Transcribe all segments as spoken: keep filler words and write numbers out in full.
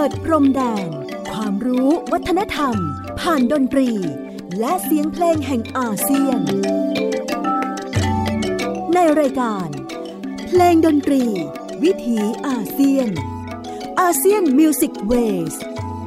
ดพรมแดนความรู้วัฒนธรรมผ่านดนตรีและเสียงเพลงแห่งอาเซียนในรายการเพลงดนตรีวิถีอาเซียนอาเซียนมิวสิกเวส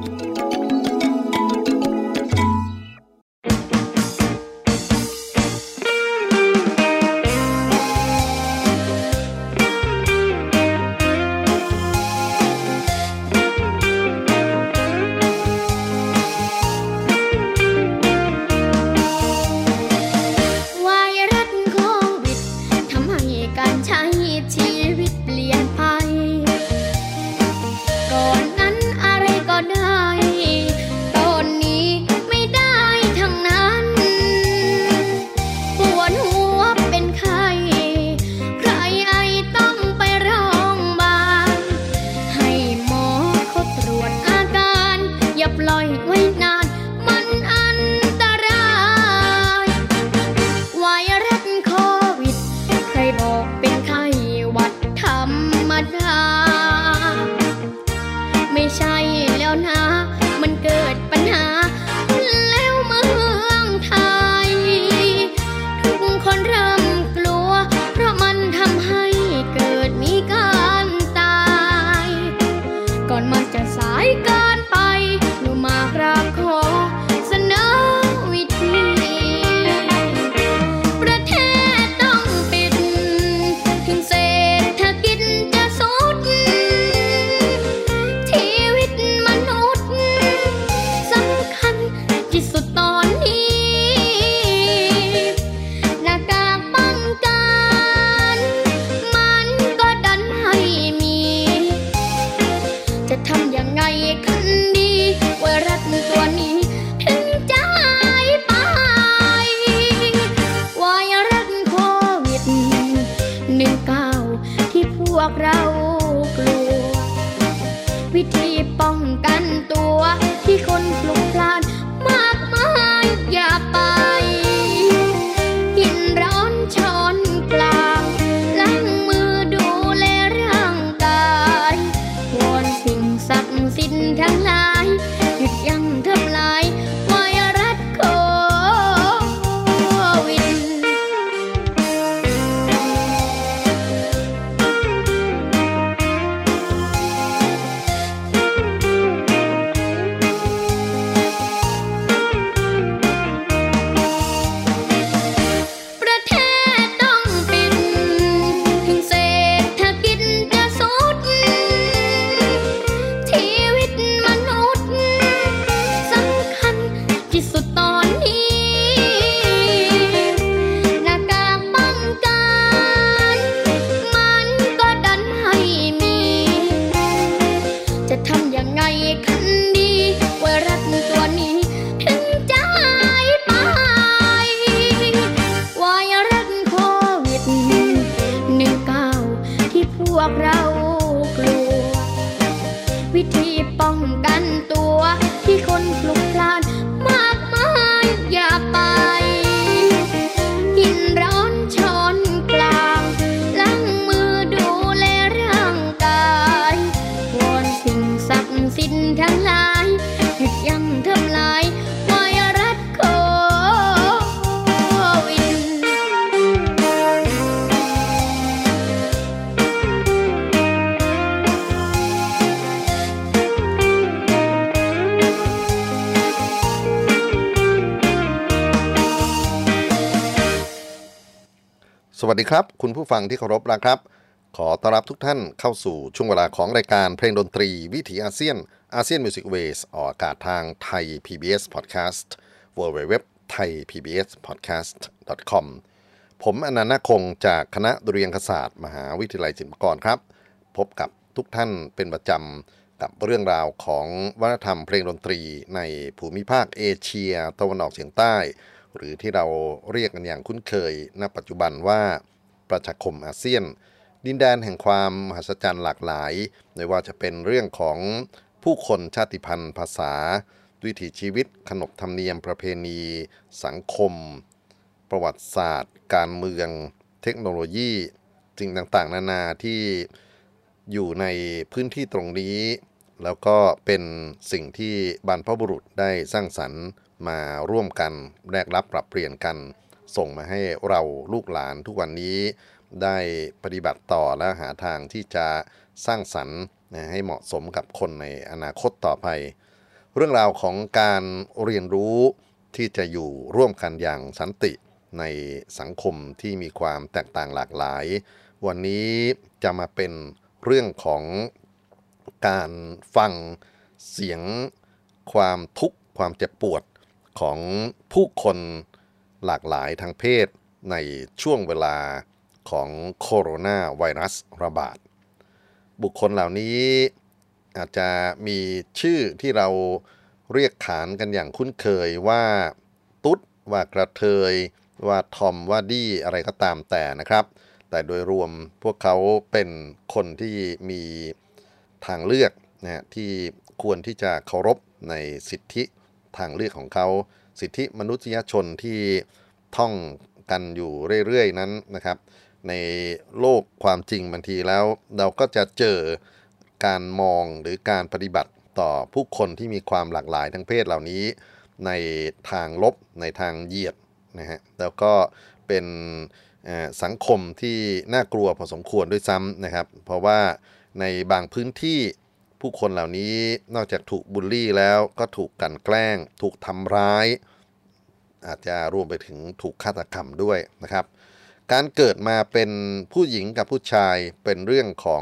สวัสดีครับคุณผู้ฟังที่เคารพนะครับขอต้อนรับทุกท่านเข้าสู่ช่วงเวลาของรายการเพลงดนตรีวิถีอาเซียนอาเซียนมิวสิกเวสออกอากาศทางไทย พี บี เอส Podcast ดับเบิลยู ดับเบิลยู ดับเบิลยู ดอท ไทย พี บี เอส พอดแคสต์ ดอท คอม ผมอนันต์ นาคงจากคณะดุริยางคศาสตร์มหาวิทยาลัยศิลปากรครับพบกับทุกท่านเป็นประจำกับเรื่องราวของวัฒนธรรมเพลงดนตรีในภูมิภาคเอเชียตะวันออกเฉียงใต้หรือที่เราเรียกกันอย่างคุ้นเคยณปัจจุบันว่าประชาคมอาเซียนดินแดนแห่งความมหัศจรรย์หลากหลายไม่ว่าจะเป็นเรื่องของผู้คนชาติพันธุ์ภาษาวิถีชีวิตขนบธรรมเนียมประเพณีสังคมประวัติศาสตร์การเมืองเทคโนโลยีสิ่งต่างๆนานาที่อยู่ในพื้นที่ตรงนี้แล้วก็เป็นสิ่งที่บรรพบุรุษได้สร้างสรรค์มาร่วมกันแลกรับปรับเปลี่ยนกันส่งมาให้เราลูกหลานทุกวันนี้ได้ปฏิบัติต่อและหาทางที่จะสร้างสรรค์ให้เหมาะสมกับคนในอนาคตต่อไปเรื่องราวของการเรียนรู้ที่จะอยู่ร่วมกันอย่างสันติในสังคมที่มีความแตกต่างหลากหลายวันนี้จะมาเป็นเรื่องของการฟังเสียงความทุกข์ความเจ็บปวดของผู้คนหลากหลายทางเพศในช่วงเวลาของโคโรนาไวรัสระบาดบุคคลเหล่านี้อาจจะมีชื่อที่เราเรียกขานกันอย่างคุ้นเคยว่าตุ๊ดว่ากระเทยว่าทอมว่าดี้อะไรก็ตามแต่นะครับแต่โดยรวมพวกเขาเป็นคนที่มีทางเลือกนะที่ควรที่จะเคารพในสิทธิทางเลือกของเขาสิทธิมนุษยชนที่ท่องกันอยู่เรื่อยๆนั้นนะครับในโลกความจริงบางทีแล้วเราก็จะเจอการมองหรือการปฏิบัติต่อผู้คนที่มีความหลากหลายทางเพศเหล่านี้ในทางลบในทางเหยียดนะฮะแล้วก็เป็นสังคมที่น่ากลัวพอสมควรด้วยซ้ำนะครับเพราะว่าในบางพื้นที่ผู้คนเหล่านี้นอกจากถูกบูลลี่แล้วก็ถูกกลั่นแกล้งถูกทำร้ายอาจจะรวมไปถึงถูกฆาตกรรมด้วยนะครับการเกิดมาเป็นผู้หญิงกับผู้ชายเป็นเรื่องของ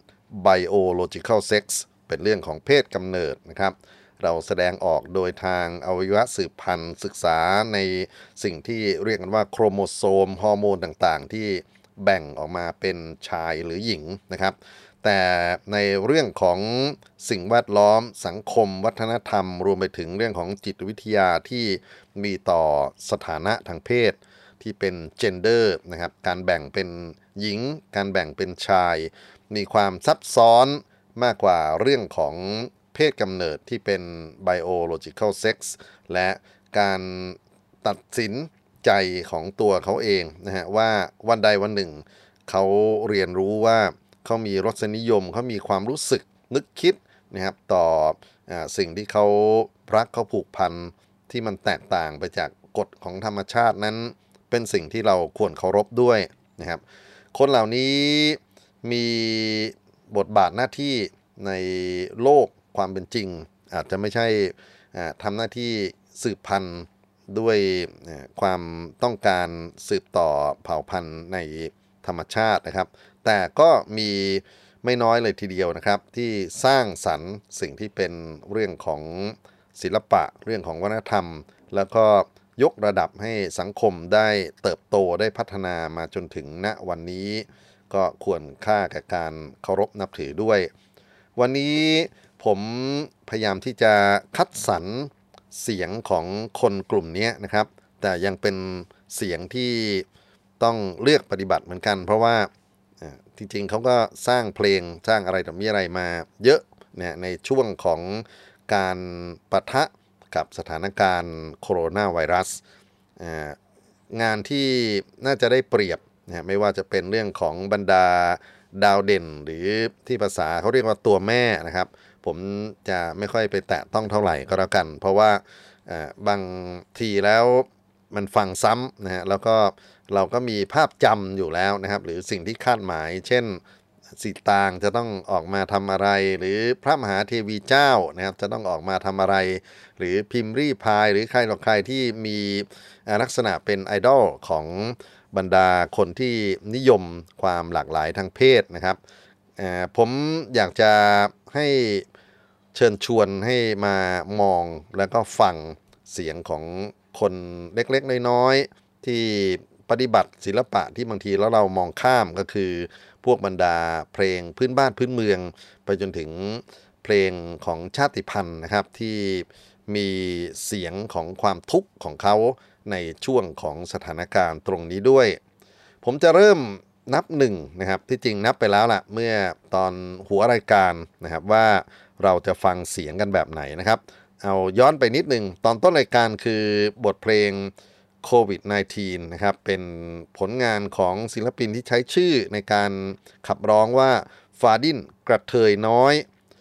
biological sex เป็นเรื่องของเพศกำเนิดนะครับเราแสดงออกโดยทางอวัยวะสืบพันธุ์ศึกษาในสิ่งที่เรียกกันว่าโครโมโซมฮอร์โมนต่างๆที่แบ่งออกมาเป็นชายหรือหญิงนะครับแต่ในเรื่องของสิ่งแวดล้อมสังคมวัฒนธรรมรวมไปถึงเรื่องของจิตวิทยาที่มีต่อสถานะทางเพศที่เป็นเจนเดอร์นะครับการแบ่งเป็นหญิงการแบ่งเป็นชายมีความซับซ้อนมากกว่าเรื่องของเพศกำเนิดที่เป็น biological sex และการตัดสินใจของตัวเขาเองนะฮะว่าวันใดวันหนึ่งเขาเรียนรู้ว่าเขามีรสนิยมเขามีความรู้สึกนึกคิดนะครับต่ออ่าสิ่งที่เขารักเขาผูกพันที่มันแตกต่างไปจากกฎของธรรมชาตินั้นเป็นสิ่งที่เราควรเคารพด้วยนะครับคนเหล่านี้มีบทบาทหน้าที่ในโลกความเป็นจริงอาจจะไม่ใช่ทำหน้าที่สืบพันธุ์ด้วยความต้องการสืบต่อเผ่าพันธุ์ในธรรมชาตินะครับแต่ก็มีไม่น้อยเลยทีเดียวนะครับที่สร้างสรรค์สิ่งที่เป็นเรื่องของศิลปะเรื่องของวัฒนธรรมแล้วก็ยกระดับให้สังคมได้เติบโตได้พัฒนามาจนถึงณวันนี้ก็ควรค่าแก่การเคารพนับถือด้วยวันนี้ผมพยายามที่จะคัดสรรเสียงของคนกลุ่มนี้นะครับแต่ยังเป็นเสียงที่ต้องเลือกปฏิบัติเหมือนกันเพราะว่าจริงๆเขาก็สร้างเพลงสร้างอะไรต่อมีอะไรมาเยอะเนี่ยในช่วงของการปะทะกับสถานการณ์โคโรนาไวรัสงานที่น่าจะได้เปรียบนะไม่ว่าจะเป็นเรื่องของบรรดาดาวเด่นหรือที่ภาษาเขาเรียกว่าตัวแม่นะครับผมจะไม่ค่อยไปแตะต้องเท่าไหร่ก็แล้วกันเพราะว่าบางทีแล้วมันฟังซ้ำนะฮะแล้วก็เราก็มีภาพจำอยู่แล้วนะครับหรือสิ่งที่คาดหมายเช่นสีตางจะต้องออกมาทำอะไรหรือพระมหาเทวีเจ้านะครับจะต้องออกมาทำอะไรหรือพิมพ์รีพายหรือใครต่อใครที่มีลักษณะเป็นไอดอลของบรรดาคนที่นิยมความหลากหลายทางเพศนะครับผมอยากจะให้เชิญชวนให้มามองแล้วก็ฟังเสียงของคนเล็กๆน้อยๆที่ปฏิบัติศิลปะที่บางทีแล้วเรามองข้ามก็คือพวกบรรดาเพลงพื้นบ้านพื้นเมืองไปจนถึงเพลงของชาติพันธุ์นะครับที่มีเสียงของความทุกข์ของเขาในช่วงของสถานการณ์ตรงนี้ด้วยผมจะเริ่มนับหนึ่งนะครับที่จริงนับไปแล้วล่ะเมื่อตอนหัวรายการนะครับว่าเราจะฟังเสียงกันแบบไหนนะครับเอาย้อนไปนิดนึงตอนต้นรายการคือบทเพลงโควิด สิบเก้า นะครับเป็นผลงานของศิลปินที่ใช้ชื่อในการขับร้องว่าฟาดินกระเทยน้อย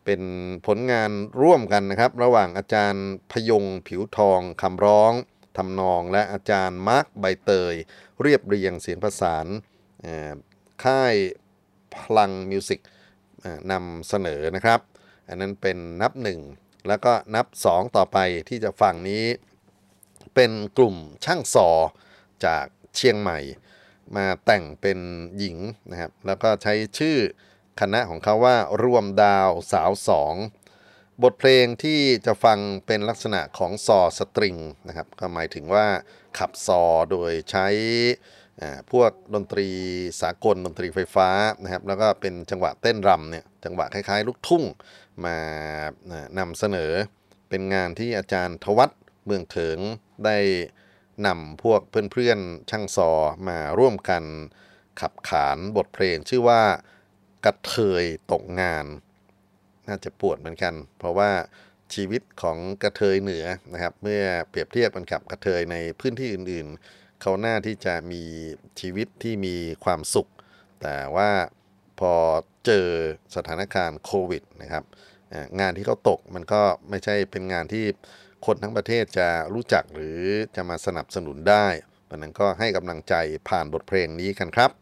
เป็นผลงานร่วมกันนะครับระหว่างอาจารย์พยงผิวทองคำร้องทำนองและอาจารย์มาร์คใบเตยเรียบเรียงเสียงประสานค่ายพลังมิวสิกนำเสนอนะครับอันนั้นเป็นนับหนึ่งแล้วก็นับสองต่อไปที่จะฟังนี้เป็นกลุ่มช่างซอจากเชียงใหม่มาแต่งเป็นหญิงนะครับแล้วก็ใช้ชื่อคณะของเขาว่ารวมดาวสาวสองบทเพลงที่จะฟังเป็นลักษณะของซอสตริงนะครับก็หมายถึงว่าขับซอโดยใช้พวกดนตรีสากลดนตรีไฟฟ้านะครับแล้วก็เป็นจังหวะเต้นรำเนี่ยจังหวะคล้ายๆลูกทุ่งมานำเสนอเป็นงานที่อาจารย์ทวัฒน์เมืองเถิงได้นำพวกเพื่อนๆช่างซอมาร่วมกันขับขานบทเพลงชื่อว่ากระเทยตกงานน่าจะปวดเหมือนกันเพราะว่าชีวิตของกระเทยเหนือนะครับเมื่อเปรียบเทียบกันกับกระเทยในพื้นที่อื่นๆเขาน่าที่จะมีชีวิตที่มีความสุขแต่ว่าพอเจอสถานการณ์โควิดนะครับงานที่เขาตกมันก็ไม่ใช่เป็นงานที่คนทั้งประเทศจะรู้จักหรือจะมาสนับสนุนได้เพราะนั้นก็ให้กำลังใจผ่านบทเพลงนี้กันครับ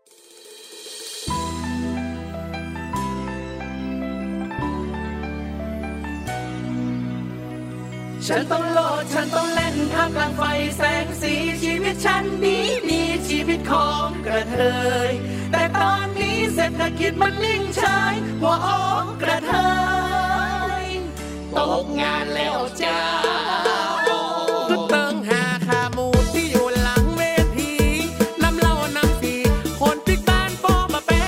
ฉันต้องโลดฉันต้องเล่นท่ามกลางไฟแสงสีชีวิตฉันดีดีชีวิตของกระเทยแต่ตอนนี้เศรษฐกิจมันนิ่งเฉยหัวอกกระเทยตกงานแล้วจ้าก็เติงหาขาหมูที่อยู่หลังเวทีน้ำเหล้าน้ำสีคนพิการโปมาแปะ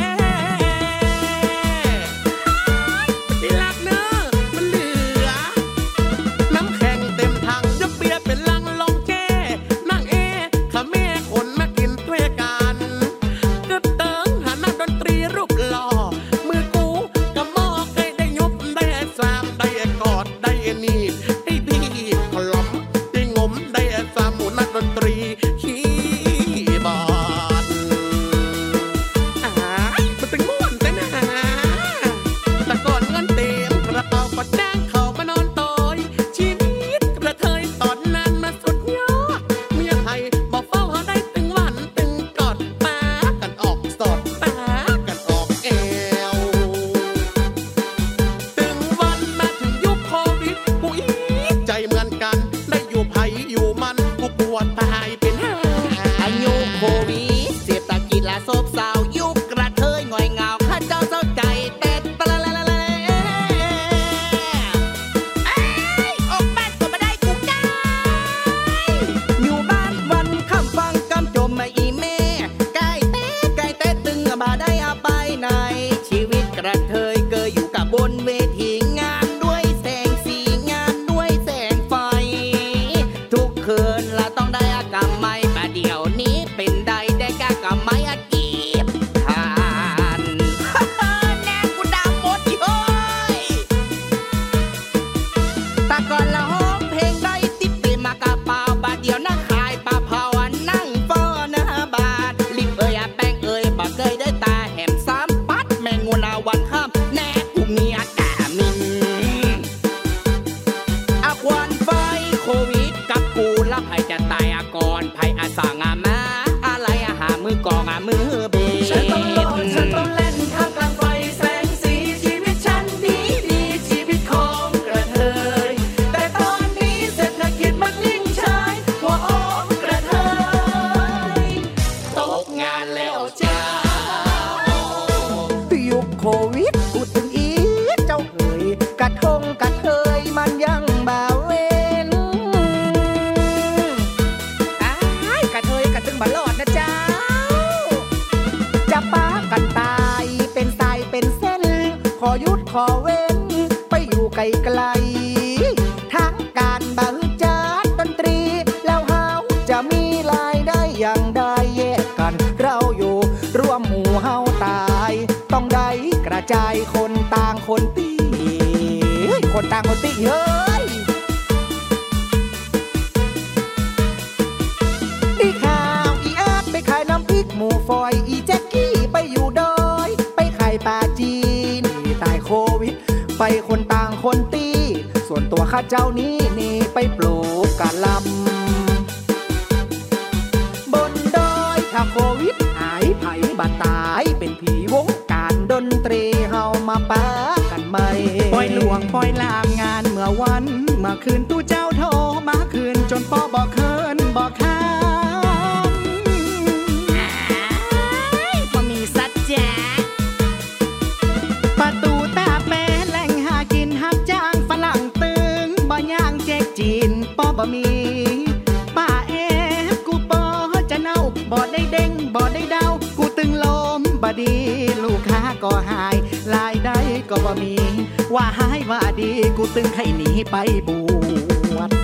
ที่รักเนื้อมันเหลือน้ำแข็งเต็มถังยกเบียร์เป็นลังลงแก้นั่งเอข้าแม่คนมากินด้วยกันก็เติงหานักดนตรีรูปหล่อมือกูกะหม้อไก่ได้ยบได้สามได้กอดได้นี่ให้พี่ขล้มได้งมได้สามหมู่นักดนตรีคีย์บอร์ดอ่ามันเป็นม่วนแต่นะแต่ก่อนเงินเต็มกระเป๋าก็จ้างเขามานอนตอยชีวิตกระเทยตอนนั้นมาสุดยอดเมียไทยบอกเฝ้าหาได้ตึงวันตึงกอดตากันออกสดตากันออกเอวตึงวันมาถึงยุคโควิดกูอีใจเหมือนกันได้อยู่ไผอยู่มันกูกลัวตายเป็นห่าอายุโควิดเศรษฐกิจละซบเซายุคกระเทยง่อยเหงาข้าเจ้าเศร้าใจแต่ตะละละละละเอ้ยออกบ้านก็ไม่ได้กูได้อยู่บ้านวันค่ำฟังกำจมมาอีแม่ใกล้เต้ใกล้เต้ตึงมาได้อาไปไหนชีวิตกระเทยเกยอยู่กับบนเวทีงานด้วยแสงสีงานด้วยแสงไฟทุกคืนละต้องได้อากาศไม่ประเดี๋ยวนี้เป็นได้ได้กากาไม่อากีบทานแน่กูดำหมดเฮ้ยตะก่อนละห้องเพลงได้ติดเต็มมากระเป๋าบาทเดียวนั่งขายปลาเผานั่งฟ้อนะบาทลิบเอ้ยแป้งเอ้ยบ่เคยได้ตาแหมซ้ำปัดแมงงูนาวันข้ามแน่กูมีอากามินอาควันไฟโควิดกับกูแล้วไผจะตายอากรไผอาสางามาอะไรอาหามือกองอามือเบฉันต้องโลดฉันต้องเล่นท่ามกลางไฟแสงสีชีวิตฉันดีดีชีวิตของกระเทยแต่ตอนนี้เศรษฐกิจมันนิ่งเฉยหัวอกกระเทยตกงานแล้วจ้ายุคโควิดพูดถึงอีเจ้าเอ๋ยกระทงกระเทยมันยังบ่าเว้นอ้ายกระเทยกระตึงบ่รอดนะเจ้าจะป้ากันตายเป็นสายเป็นเส้นขอยุดขอเว้นไปอยู่ไกลไกลทั้งการบังจัดดนตรีแล้วเฮาจะมีรายได้อย่างใดแยกกันเราอยู่ร่วมหมู่เฮาตายต้องได้กระจายคนต่างคนตีคนต่างคนตีเฮ้ยอีข่าวอีอาร์ตไปขายน้ำพริกหมูฝอยอีแจ็คกี้ไปอยู่ดอยไปขายปลาจีนตายโควิดไปคนต่างคนตีส่วนตัวข้าเจ้านี้นี่ไปปลูกกะลำบนดอยถ้าโควิดหายไผบาตายเป็นผีวงการดนตรีเฮามาปะกันใหม่ปล่อยหลวงปล่อยลางงานเมื่อวันเมื่อคืนตู้เจ้าโทรมาคืนจนป้อบ่เคินบ่ค้าบ่มีสัจจะประตูตาแปแหล่งหากินหับจ้างฝรั่งตึงบ่ย่างเจ๊กจีนป้อบ่มีป้าเอกูปอจะเน่าบ่ได้เด้งบ่ได้เดากูตึงลมบ่ดีลูกค้าก็หายรายได้ก็บ่มีว่าหายว่าดีกูตึงให้หนีไปบวช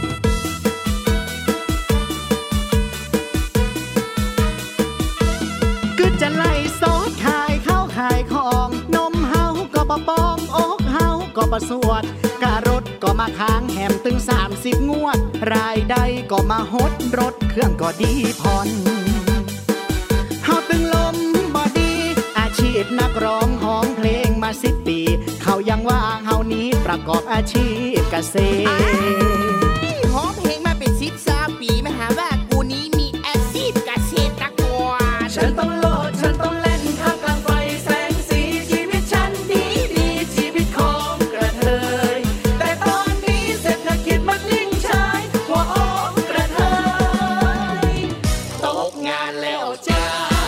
กึดจะไล่ซอสขายข้าวขายของนมเฮาก็บ่ปองอกเฮาก็บ่สวดกะรถก็มาค้างแหมตึงสามสิบงวดรายได้ก็มาหดรถเครื่องก็ดีผ่อนเฮาตึงลมบ่ดีอาชีพนักร้องห้องเพลงมาสิบปีเขายังว่าเฮานี้ประกอบอาชีพเกษตรร้องเพลงมาเป็นสิบสามปีมาหาว่ากูนี้มีอาชีพเกษตรกรฉันต้องโลดฉันต้องเล่นท่ามกลางไฟแสงสีชีวิตฉันดีดีชีวิตของกระเทยแต่ตอนนี้เศรษฐกิจมันลิ่งชายหัวอกกระเทยตกงานแล้วจ้า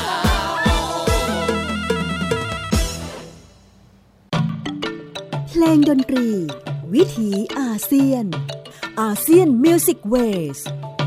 เพลงดนตรีวิถีอาเซียนอาเซียนมิวสิกเวส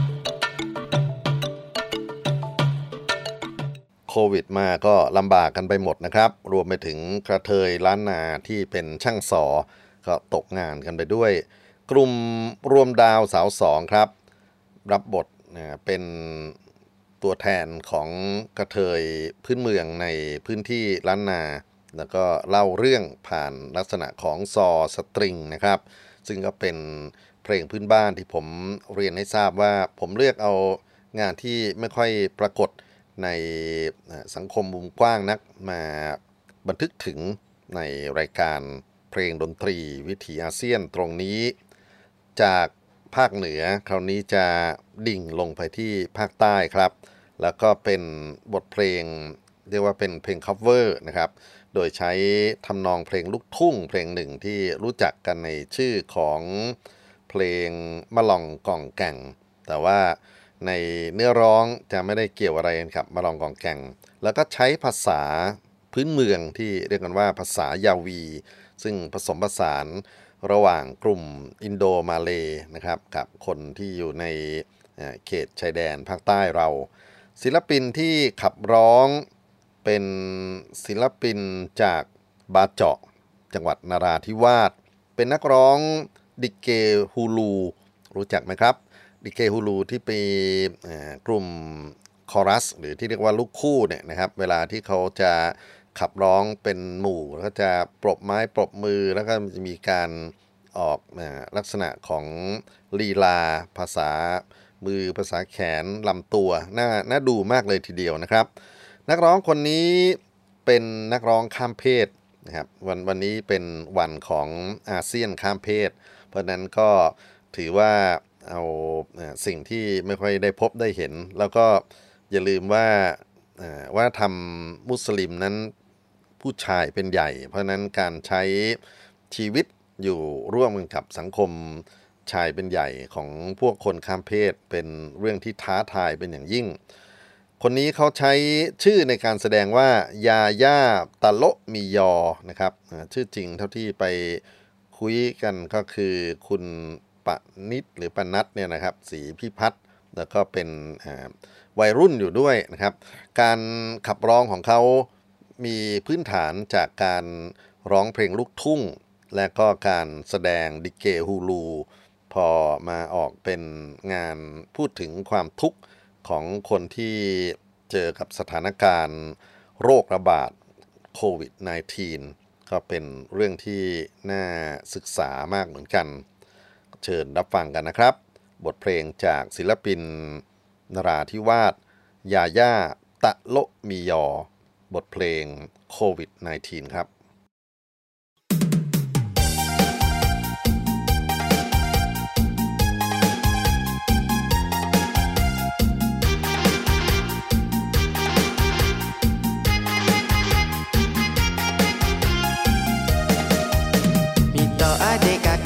โควิดมาก็ลำบากกันไปหมดนะครับรวมไปถึงกระเทยล้านนาที่เป็นช่างสอก็ตกงานกันไปด้วยกลุ่มรวมดาวสาวสองครับรับบทเป็นตัวแทนของกระเทยพื้นเมืองในพื้นที่ล้านนาแล้วก็เล่าเรื่องผ่านลักษณะของซอสตริงนะครับซึ่งก็เป็นเพลงพื้นบ้านที่ผมเรียนให้ทราบว่าผมเลือกเอางานที่ไม่ค่อยปรากฏในสังคมมุมกว้างนักมาบันทึกถึงในรายการเพลงดนตรีวิถีอาเซียนตรงนี้จากภาคเหนือคราวนี้จะดิ่งลงไปที่ภาคใต้ครับแล้วก็เป็นบทเพลงเรียกว่าเป็นเพลง cover นะครับโดยใช้ทำนองเพลงลูกทุ่งเพลงหนึ่งที่รู้จักกันในชื่อของเพลงมะลองก่องแก่งแต่ว่าในเนื้อร้องจะไม่ได้เกี่ยวอะไรกันครับมะลองก่องแก่งแล้วก็ใช้ภาษาพื้นเมืองที่เรียกกันว่าภาษายาวีซึ่งผสมผสานระหว่างกลุ่มอินโดมาเลย์นะครับกับคนที่อยู่ในเขตชายแดนภาคใต้เราศิลปินที่ขับร้องเป็นศิลปินจากบาเจาะจังหวัดนราธิวาสเป็นนักร้องดิเกฮูลูรู้จักไหมครับดิเกฮูลูที่เป็นกลุ่มคอรัสหรือที่เรียกว่าลูกคู่เนี่ยนะครับเวลาที่เขาจะขับร้องเป็นหมู่ก็จะปรบไม้ปรบมือแล้วก็จะมีการออกลักษณะของลีลาภาษามือภาษาแขนลำตัวน่าน่าดูมากเลยทีเดียวนะครับนักร้องคนนี้เป็นนักร้องข้ามเพศนะครับวันวันนี้เป็นวันของอาเซียนข้ามเพศเพราะนั้นก็ถือว่าเอาสิ่งที่ไม่ค่อยได้พบได้เห็นแล้วก็อย่าลืมว่าว่าทำมุสลิมนั้นผู้ชายเป็นใหญ่เพราะนั้นการใช้ชีวิตอยู่ร่วมกันกับสังคมชายเป็นใหญ่ของพวกคนข้ามเพศเป็นเรื่องที่ท้าทายเป็นอย่างยิ่งคนนี้เขาใช้ชื่อในการแสดงว่ายาย่าตะโลมียอนะครับชื่อจริงเท่าที่ไปคุยกันก็คือคุณปนิดหรือปนัดเนี่ยนะครับศรีพิพัฒน์แล้วก็เป็นวัยรุ่นอยู่ด้วยนะครับการขับร้องของเขามีพื้นฐานจากการร้องเพลงลูกทุ่งและก็การแสดงดิเกฮูลูพอมาออกเป็นงานพูดถึงความทุกข์ของคนที่เจอกับสถานการณ์โรคระบาดโควิด สิบเก้า ก็เป็นเรื่องที่น่าศึกษามากเหมือนกันเชิญรับฟังกันนะครับบทเพลงจากศิลปินนราธิวาสยาย่าตะโลมียอบทเพลงโควิด สิบเก้า ครับ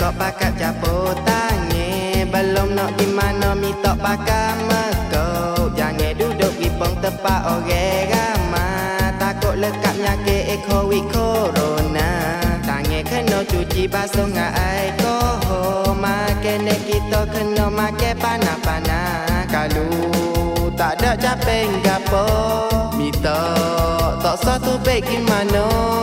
kok bakat japo tangi belum nak di mana minta bakal mekau jangan duduk di pong tepat orang ramai takut lekat nyakit covid corona tangi kena cuci basuh dengan air koho makan kita kena makan panas-panas kalau tak ada capek gapo minta tak satu baik gimana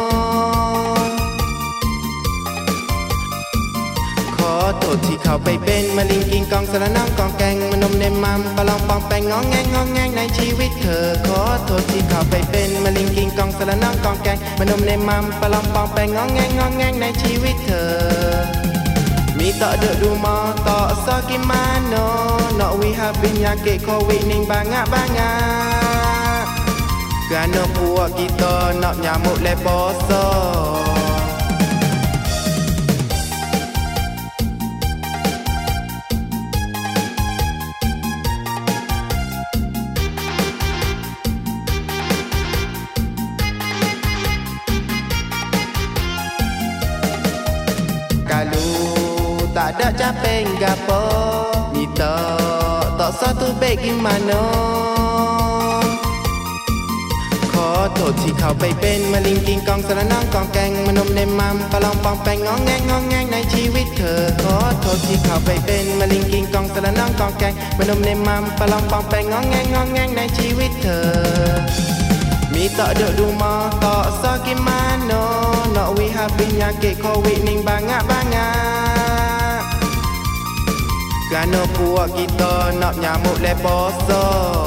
ขอโทษที่เข้าไปเป็นมะลิงกินกองสระน้องกองแกงมานมในมัมปลองปองแปงงองแงงงองแงงในชีวิตเธอขอโทษที่เข้าไปเป็นมะลิงกินกองสระน้องกองแกงมานมในมัมปลองปองแปงงองแงงงองแงงในชีวิตเธอมีต่อเดือดดูมอต่อซอกิมาโนเนาะวิหาบินยาเกโควิดนิ่งบางะบางะการโนพัวกิโตเนาะยามุเลโปโซtak ada capek gapo minta tak satu baik gimana ขอโทษที่เข้าไปเป็นมะลิงกินกองสระน้องกองแกงมานมในมัมปลองปองแปงงองแงงงองแงงในชีวิตเธอขอโทษที่เข้าไปเป็นมะลิงกินกองสระน้องกองแกงมานมในมัมปลองปองแปงงองแงงงองแงงในชีวิตเธอมีต่อเดือดดูมอต่อซอกิมาโนเนาะวิหาบินยาเกโควิดนิ่งบางะบางะGano puak kita nak nyamuk leposo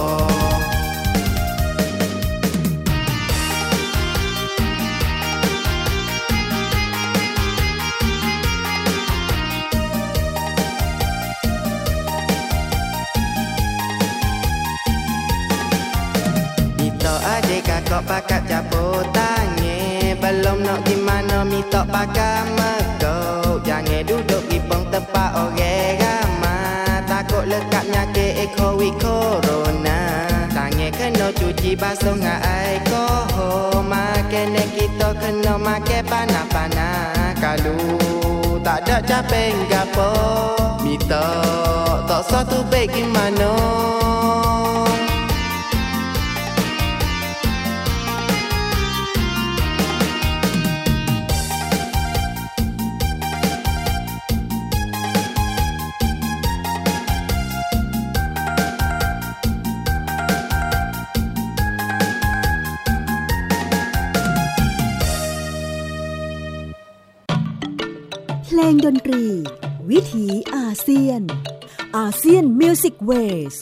Mito adik kakak pakat japo tangi belum nak di mana mito pakai mekau jangan duduk di pong tempat orang takut lekat nyakit covid corona tangan kena cuci basuh dengan air koho makan kita kena makan panas-panas kalau tak ada capek gapo minta tak satu baik gimana เพลงดนตรีวิถีอาเซียนอาเซียนมิวสิกเวส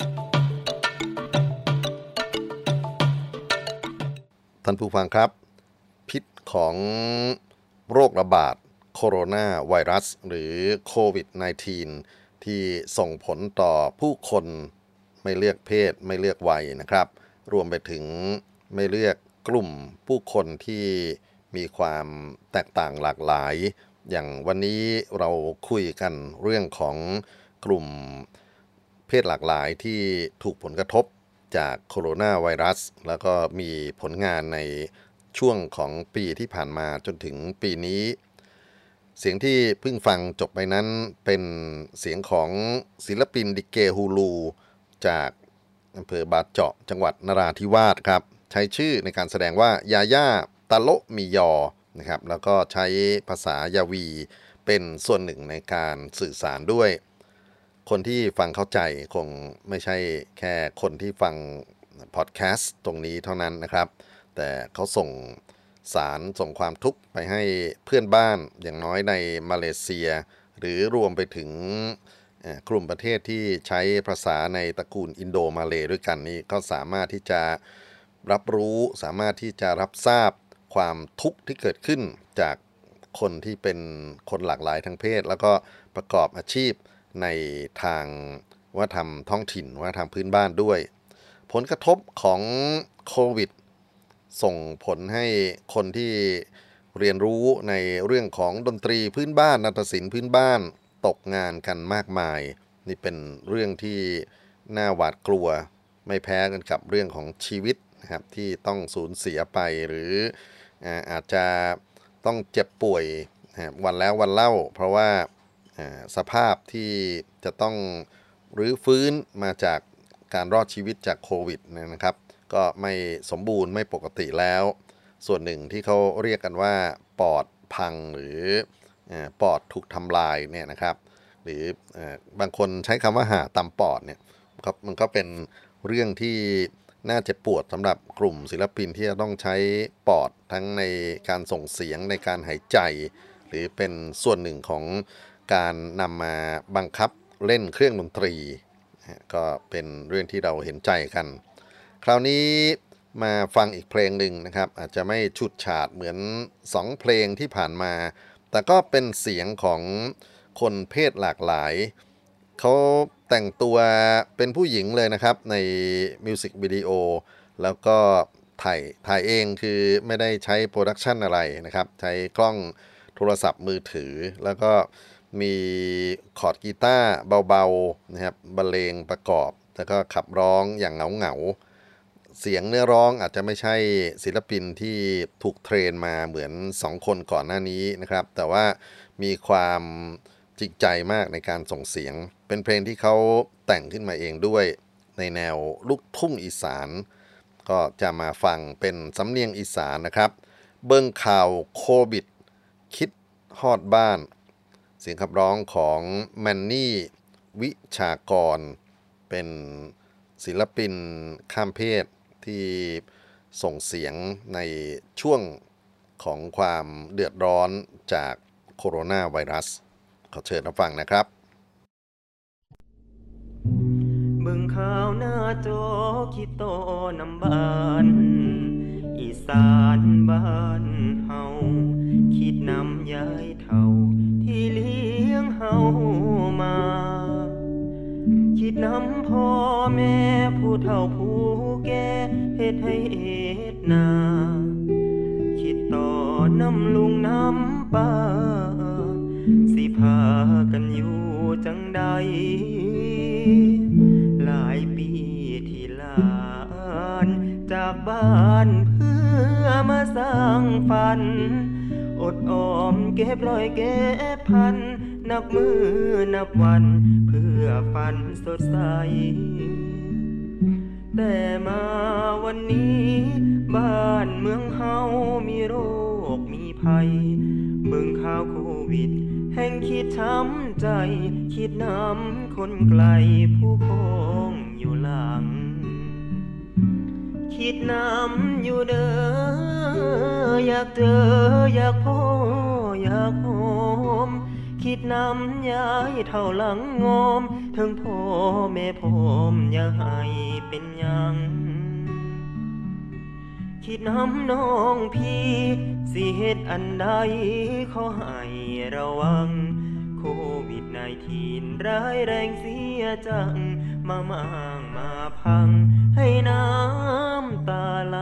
ท่านผู้ฟังครับพิษของโรคระบาดโคโรนาไวรัสหรือโควิด สิบเก้า ที่ส่งผลต่อผู้คนไม่เลือกเพศไม่เลือกวัยนะครับรวมไปถึงไม่เลือกกลุ่มผู้คนที่มีความแตกต่างหลากหลายอย่างวันนี้เราคุยกันเรื่องของกลุ่มเพศหลากหลายที่ถูกผลกระทบจากโคโรนาไวรัสแล้วก็มีผลงานในช่วงของปีที่ผ่านมาจนถึงปีนี้เสียงที่เพิ่งฟังจบไปนั้นเป็นเสียงของศิลปินดิเกฮูลูจากอำเภอบาเจาะจังหวัดนราธิวาสครับใช้ชื่อในการแสดงว่ายาย่าตาโลมียอนะครับแล้วก็ใช้ภาษายาวีเป็นส่วนหนึ่งในการสื่อสารด้วยคนที่ฟังเข้าใจคงไม่ใช่แค่คนที่ฟังพอดแคสต์ตรงนี้เท่านั้นนะครับแต่เขาส่งสารส่งความทุกข์ไปให้เพื่อนบ้านอย่างน้อยในมาเลเซียหรือรวมไปถึงกลุ่มประเทศที่ใช้ภาษาในตระกูลอินโดมาเลย์ด้วยกันนี่ก็สามารถที่จะรับรู้สามารถที่จะรับทราบความทุกข์ที่เกิดขึ้นจากคนที่เป็นคนหลากหลายทางเพศแล้วก็ประกอบอาชีพในทางวัฒนธรรมท้องถิ่นวัฒนธรรมพื้นบ้านด้วยผลกระทบของโควิดส่งผลให้คนที่เรียนรู้ในเรื่องของดนตรีพื้นบ้านนาฏศิลป์พื้นบ้านตกงานกันมากมายนี่เป็นเรื่องที่น่าหวาดกลัวไม่แพ้กันกับเรื่องของชีวิตนะครับที่ต้องสูญเสียไปหรืออาจจะต้องเจ็บป่วยวันแล้ววันเล่าเพราะว่าสภาพที่จะต้องรื้อฟื้นมาจากการรอดชีวิตจากโควิดนะครับก็ไม่สมบูรณ์ไม่ปกติแล้วส่วนหนึ่งที่เขาเรียกกันว่าปอดพังหรือปอดถูกทำลายเนี่ยนะครับหรือบางคนใช้คำว่าหาตำปอดเนี่ยครับมันก็เป็นเรื่องที่น่าเจ็บปวดสำหรับกลุ่มศิลปินที่จะต้องใช้ปอดทั้งในการส่งเสียงในการหายใจหรือเป็นส่วนหนึ่งของการนำมาบังคับเล่นเครื่องดนตรีก็เป็นเรื่องที่เราเห็นใจกันคราวนี้มาฟังอีกเพลงหนึ่งนะครับอาจจะไม่ฉุดฉาดเหมือนสองเพลงที่ผ่านมาแต่ก็เป็นเสียงของคนเพศหลากหลายเขาแต่งตัวเป็นผู้หญิงเลยนะครับในมิวสิกวิดีโอแล้วก็ถ่ายถ่ายเองคือไม่ได้ใช้โปรดักชันอะไรนะครับใช้กล้องโทรศัพท์มือถือแล้วก็มีคอร์ดกีตาร์เบาๆนะครับบรรเลงประกอบแล้วก็ขับร้องอย่างเหงาๆเสียงเนื้อร้องอาจจะไม่ใช่ศิลปินที่ถูกเทรนมาเหมือนสองคนก่อนหน้านี้นะครับแต่ว่ามีความจริงใจมากในการส่งเสียงเป็นเพลงที่เขาแต่งขึ้นมาเองด้วยในแนวลูกทุ่งอีสานก็จะมาฟังเป็นสำเนียงอีสานนะครับเบิ่งข่าวโควิดคิดฮอดบ้านเสียงขับร้องของแมนนี่วิชากรเป็นศิลปินข้ามเพศที่ส่งเสียงในช่วงของความเดือดร้อนจากโคโรนาไวรัสขอเชิญรับฟังนะครับเบิ่งข่าวหน้าจอคิดโตนำบ้านอีสานบ้านเฮาคิดนำยายเฒ่าที่เลี้ยงเฮามาคิดนำพ่อแม่ผู้เฒ่าผู้แก่เฮ็ดให้เฮ็ดนาคิดต่อนำลุงนำป้าสิพากันอยู่จังใดหลายปีที่ลานจากบ้านเพื่อมาสร้างฝันอดออมเก็บร้อยเก็บพันนับมือนับวันเพื่อฝันสดใสแต่มาวันนี้บ้านเมืองเฮามีโรคมีภัยเบิ่งข่าวโควิดแห่งคิดช้ำใจคิดน้ำคนไกลผู้คงอยู่หลังคิดน้ำอยู่เด้ออยากเจออยากพบอยากหอมคิดน้ำยายเท่าหลังงอมถึงพ่อแม่ผมอย่าให้เป็นหยังคิดน้ำน้องพี่สิเฮ็ดอันใดขอให้ระวังโควิด สิบเก้า ร้ายแรงเสียจังมามางมาพังให้น้ำตาไหล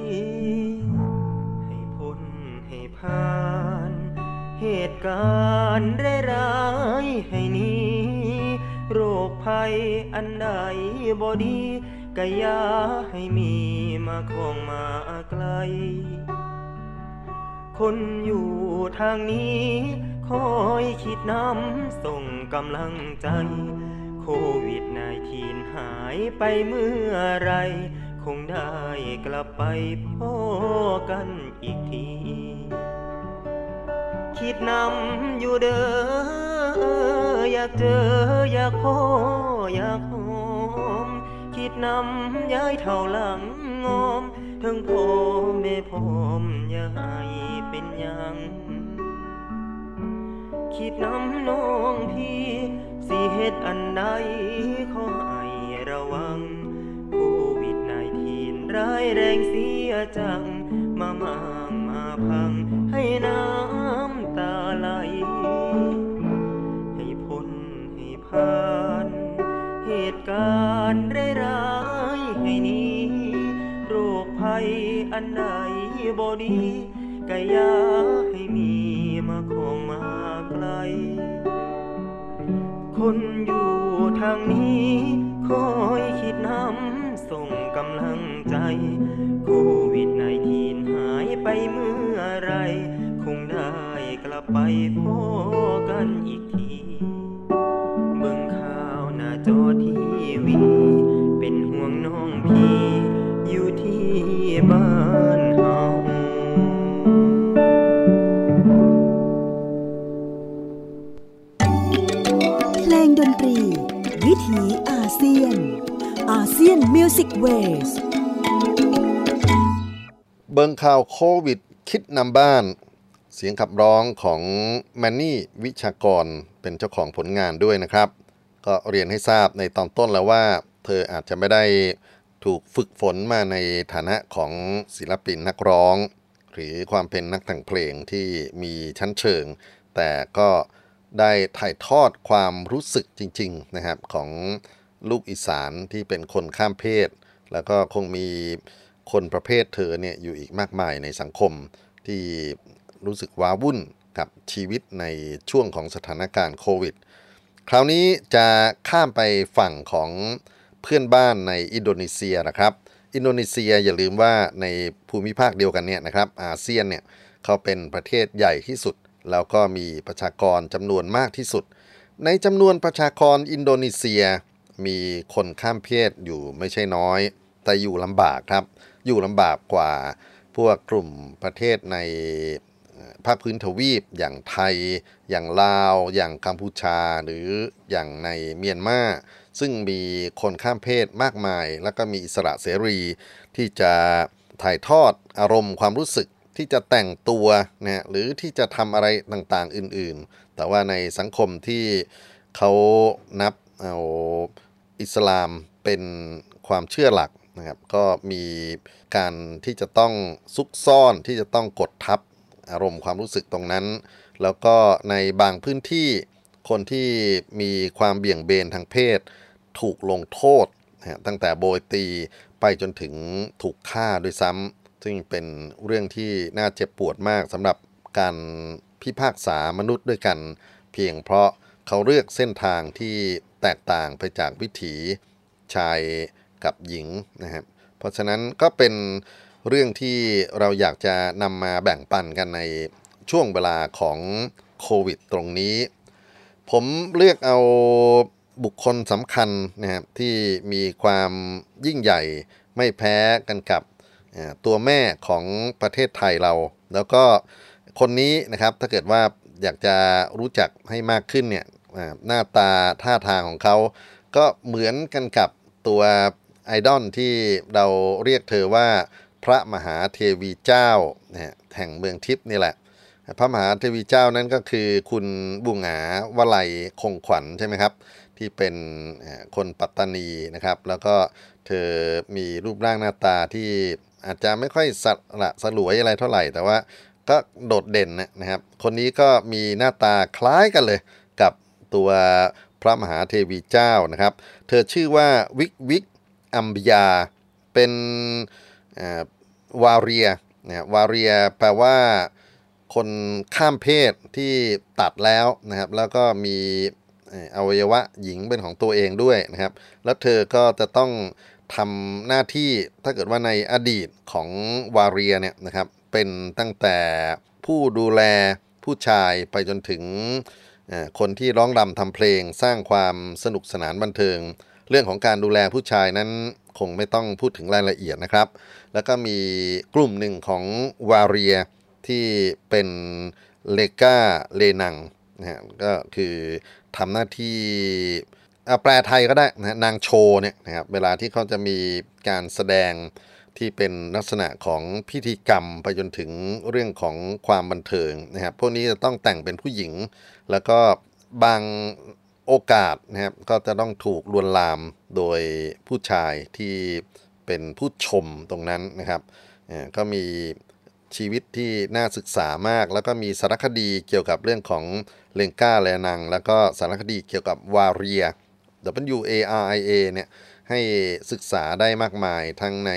ให้พ้นให้ผ่านเหตุการณ์ร้ายๆให้หนีโรคภัยอันใดบ่ดีก็อย่าให้มีมาของมาไกลคนอยู่ทางนี้คอยคิดน้ำส่งกำลังใจโควิด สิบเก้า หายไปเมื่อไรคงได้กลับไปพบกันอีกทีคิดน้ำอยู่เด้ออยากเจออยากพบอยากหอมคิดน้ำยายเท่าหลังงอมถึงพ่อแม่ผมอย่าให้เป็นหยังคิดน้ำน้องพี่สิเฮ็ดอันใดขอให้ระวังโควิด สิบเก้า ร้ายแรงเสียจังมามางมาพังให้น้ำตาไหลให้พ้นให้ผ่านเหตุการณ์ร้ายๆให้หนีโรคภัยอันใดบ่ดีก็อย่าให้มีมาของมาไกลคนอยู่ทางนี้คอยคิดน้ำส่งกำลังใจโควิด สิบเก้า หายไปเมื่อไรคงได้กลับไปพบกันอีกทีเบิ่งข่าวหน้าจอทีวีเป็นห่วงน้องพี่อยู่ที่บ้านเฮาเพลงดนตรีวิถีอาเซียนอาเซียนมิวสิกเวสเบิ่งข่าวโควิดคิดนำบ้านเสียงขับร้องของแมนนี่วิชากรเป็นเจ้าของผลงานด้วยนะครับก็เรียนให้ทราบในตอนต้นแล้วว่าเธออาจจะไม่ได้ถูกฝึกฝนมาในฐานะของศิลปินนักร้องหรือความเป็นนักแต่งเพลงที่มีชั้นเชิงแต่ก็ได้ถ่ายทอดความรู้สึกจริงๆนะครับของลูกอีสานที่เป็นคนข้ามเพศแล้วก็คงมีคนประเภทเธอเนี่ยอยู่อีกมากมายในสังคมที่รู้สึกว้าวุ่นกับชีวิตในช่วงของสถานการณ์โควิดคราวนี้จะข้ามไปฝั่งของเพื่อนบ้านในอินโดนีเซียนะครับอินโดนีเซียอย่าลืมว่าในภูมิภาคเดียวกันเนี่ยนะครับอาเซียนเนี่ยเขาเป็นประเทศใหญ่ที่สุดแล้วก็มีประชากรจำนวนมากที่สุดในจำนวนประชากรอินโดนีเซียมีคนข้ามเพศอยู่ไม่ใช่น้อยแต่อยู่ลำบากครับอยู่ลำบากกว่าพวกกลุ่มประเทศในภาคพื้นทวีปอย่างไทยอย่างลาวอย่างกัมพูชาหรืออย่างในเมียนมาซึ่งมีคนข้ามเพศมากมายแล้วก็มีอิสระเสรีที่จะถ่ายทอดอารมณ์ความรู้สึกที่จะแต่งตัวนะหรือที่จะทำอะไรต่างๆอื่นๆแต่ว่าในสังคมที่เขานับเอาอิสลามเป็นความเชื่อหลักนะครับก็มีการที่จะต้องซุกซ่อนที่จะต้องกดทับอารมณ์ความรู้สึกตรงนั้นแล้วก็ในบางพื้นที่คนที่มีความเบี่ยงเบนทางเพศถูกลงโทษนะตั้งแต่โบยตีไปจนถึงถูกฆ่าด้วยซ้ำซึ่งเป็นเรื่องที่น่าเจ็บปวดมากสำหรับการพิพากษามนุษย์ด้วยกันเพียงเพราะเขาเลือกเส้นทางที่แตกต่างไปจากวิถีชายกับหญิงนะครับเพราะฉะนั้นก็เป็นเรื่องที่เราอยากจะนำมาแบ่งปันกันในช่วงเวลาของโควิดตรงนี้ผมเลือกเอาบุคคลสำคัญนะครับที่มีความยิ่งใหญ่ไม่แพ้กันกับตัวแม่ของประเทศไทยเราแล้วก็คนนี้นะครับถ้าเกิดว่าอยากจะรู้จักให้มากขึ้นเนี่ยหน้าตาท่าทางของเขาก็เหมือนกันกับตัวไอดอลที่เราเรียกเธอว่าพระมหาเทวีเจ้าแห่งเมืองทิพย์นี่แหละพระมหาเทวีเจ้านั้นก็คือคุณบุหงาวลัยคงขวัญใช่ไหมครับที่เป็นคนปัตตานีนะครับแล้วก็เธอมีรูปร่างหน้าตาที่อาจจะไม่ค่อยสละสลวยอะไรเท่าไหร่แต่ว่าก็โดดเด่นนะครับคนนี้ก็มีหน้าตาคล้ายกันเลยกับตัวพระมหาเทวีเจ้านะครับเธอชื่อว่าวิกวิกอัมบยาเป็นวาเรียนะวาเรียแปลว่าคนข้ามเพศที่ตัดแล้วนะครับแล้วก็มีอวัยวะหญิงเป็นของตัวเองด้วยนะครับแล้วเธอก็จะต้องทำหน้าที่ถ้าเกิดว่าในอดีตของวาเรียเนี่ยนะครับเป็นตั้งแต่ผู้ดูแลผู้ชายไปจนถึงคนที่ร้องรำทำเพลงสร้างความสนุกสนานบันเทิงเรื่องของการดูแลผู้ชายนั้นคงไม่ต้องพูดถึงรายละเอียดนะครับแล้วก็มีกลุ่มหนึ่งของวาเรียที่เป็นเลกาเลนังนะฮะก็คือทำหน้าที่แปลไทยก็ได้นะนางโชว์เนี่ยนะครับเวลาที่เขาจะมีการแสดงที่เป็นลักษณะของพิธีกรรมไปจนถึงเรื่องของความบันเทิงนะครับพวกนี้จะต้องแต่งเป็นผู้หญิงแล้วก็บางโอกาสนะครับก็จะต้องถูกลวนลามโดยผู้ชายที่เป็นผู้ชมตรงนั้นนะครับก็มีชีวิตที่น่าศึกษามากแล้วก็มีสารคดีเกี่ยวกับเรื่องของเลงก้าแลนังแล้วก็สารคดีเกี่ยวกับวาเรีย W A R I A เนี่ยให้ศึกษาได้มากมายทั้งใน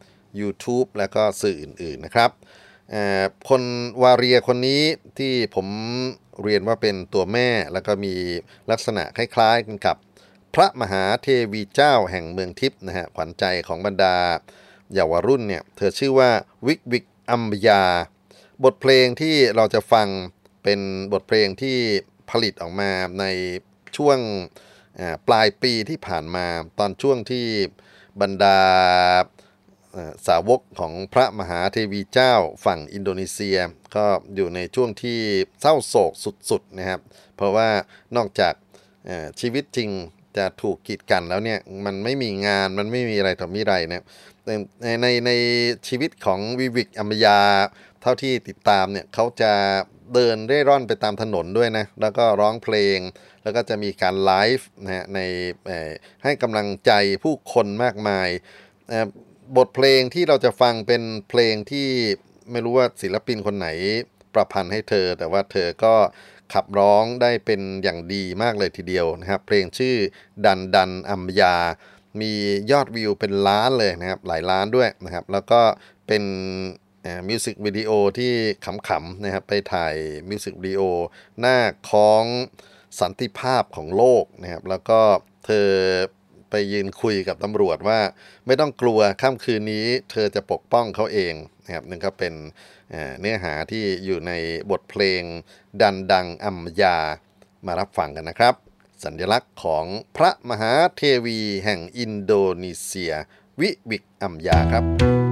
YouTube แล้วก็สื่ออื่นๆนะครับคนวาเรียคนนี้ที่ผมเรียนว่าเป็นตัวแม่แล้วก็มีลักษณะคล้ายๆกันกับพระมหาเทวีเจ้าแห่งเมืองทิพย์นะฮะขวัญใจของบรรดาเยาวรุ่นเนี่ยเธอชื่อว่าวิกวิกอัมบยาบทเพลงที่เราจะฟังเป็นบทเพลงที่ผลิตออกมาในช่วงปลายปีที่ผ่านมาตอนช่วงที่บรรดาสาวกของพระมหาเทวีเจ้าฝั่งอินโดนีเซียก็อยู่ในช่วงที่เศร้าโศกสุดๆนะครับเพราะว่านอกจากชีวิตจริงจะถูกกีดกันแล้วเนี่ยมันไม่มีงานมันไม่มีอะไรต่อมีอะไรเนี่ยในในในชีวิตของวิวิกอัมยาเท่าที่ติดตามเนี่ยเขาจะเดินเร่ร่อนไปตามถนนด้วยนะแล้วก็ร้องเพลงแล้วก็จะมีการไลฟ์นะฮะในให้กำลังใจผู้คนมากมายบทเพลงที่เราจะฟังเป็นเพลงที่ไม่รู้ว่าศิลปินคนไหนประพันธ์ให้เธอแต่ว่าเธอก็ขับร้องได้เป็นอย่างดีมากเลยทีเดียวนะครับเพลงชื่อดันดันอัมยามียอดวิวเป็นล้านเลยนะครับหลายล้านด้วยนะครับแล้วก็เป็นมิวสิกวิดีโอที่ขำๆนะครับไปถ่ายมิวสิกวิดีโอหน้าค้องสันติภาพของโลกนะครับแล้วก็เธอไปยืนคุยกับตำรวจว่าไม่ต้องกลัวค่ำคืนนี้เธอจะปกป้องเขาเองนะครับนั่นก็เป็นเนื้อหาที่อยู่ในบทเพลงดันดังอัมยามารับฟังกันนะครับสัญลักษณ์ของพระมหาเทวีแห่งอินโดนีเซียวิวิกอัมยาครับ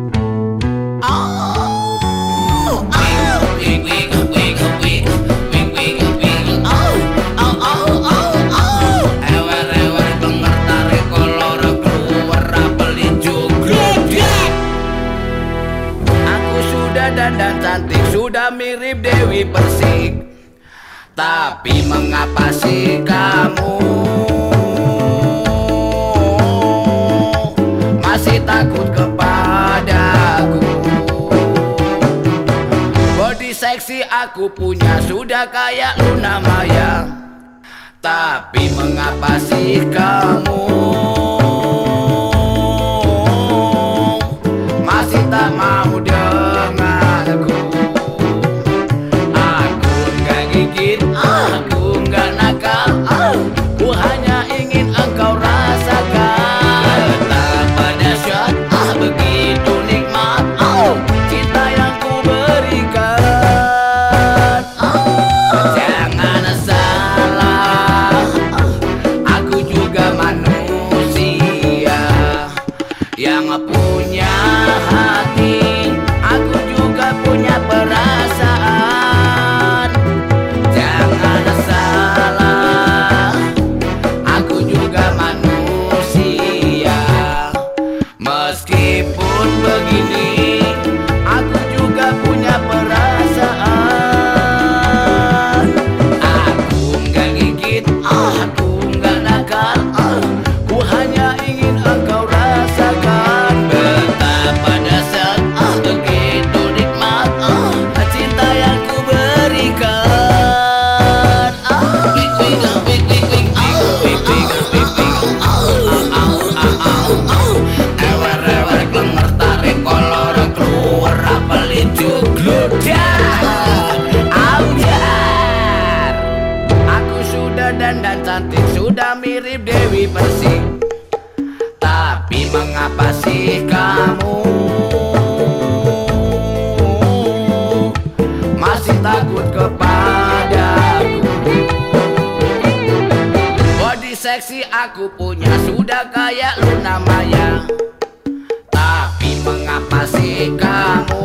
Dan cantik sudah mirip Dewi Persik, tapi mengapa sih kamu masih takut kepadaku? Body seksi aku punya sudah kayak Luna Maya, tapi mengapa sih kamu masih tak mau dengar? Aku enggak nakal, aku hanya ingin engkau rasakan betapa dahsyat, ah begitu nikmat, oh cinta yang ku berikan. Oh, jangan salah, aku juga manusia yang punya hati, aku juga punya perasaan. Meskipun begini, aku juga punya perasaan. Aku enggak gigit, aku enggak nakal, ku hanya ingin engkau rasakan betapa dahsyat, begitu nikmat, cinta yang ku berikan. Wik wik wik wik wik wik wik wik wik. Aku sudah dandan cantik, sudah mirip Dewi Persik, tapi mengapa sih kamu masih takut kepadaku? Body seksi aku punya sudah kayak Luna Maya, tapi mengapa sih kamu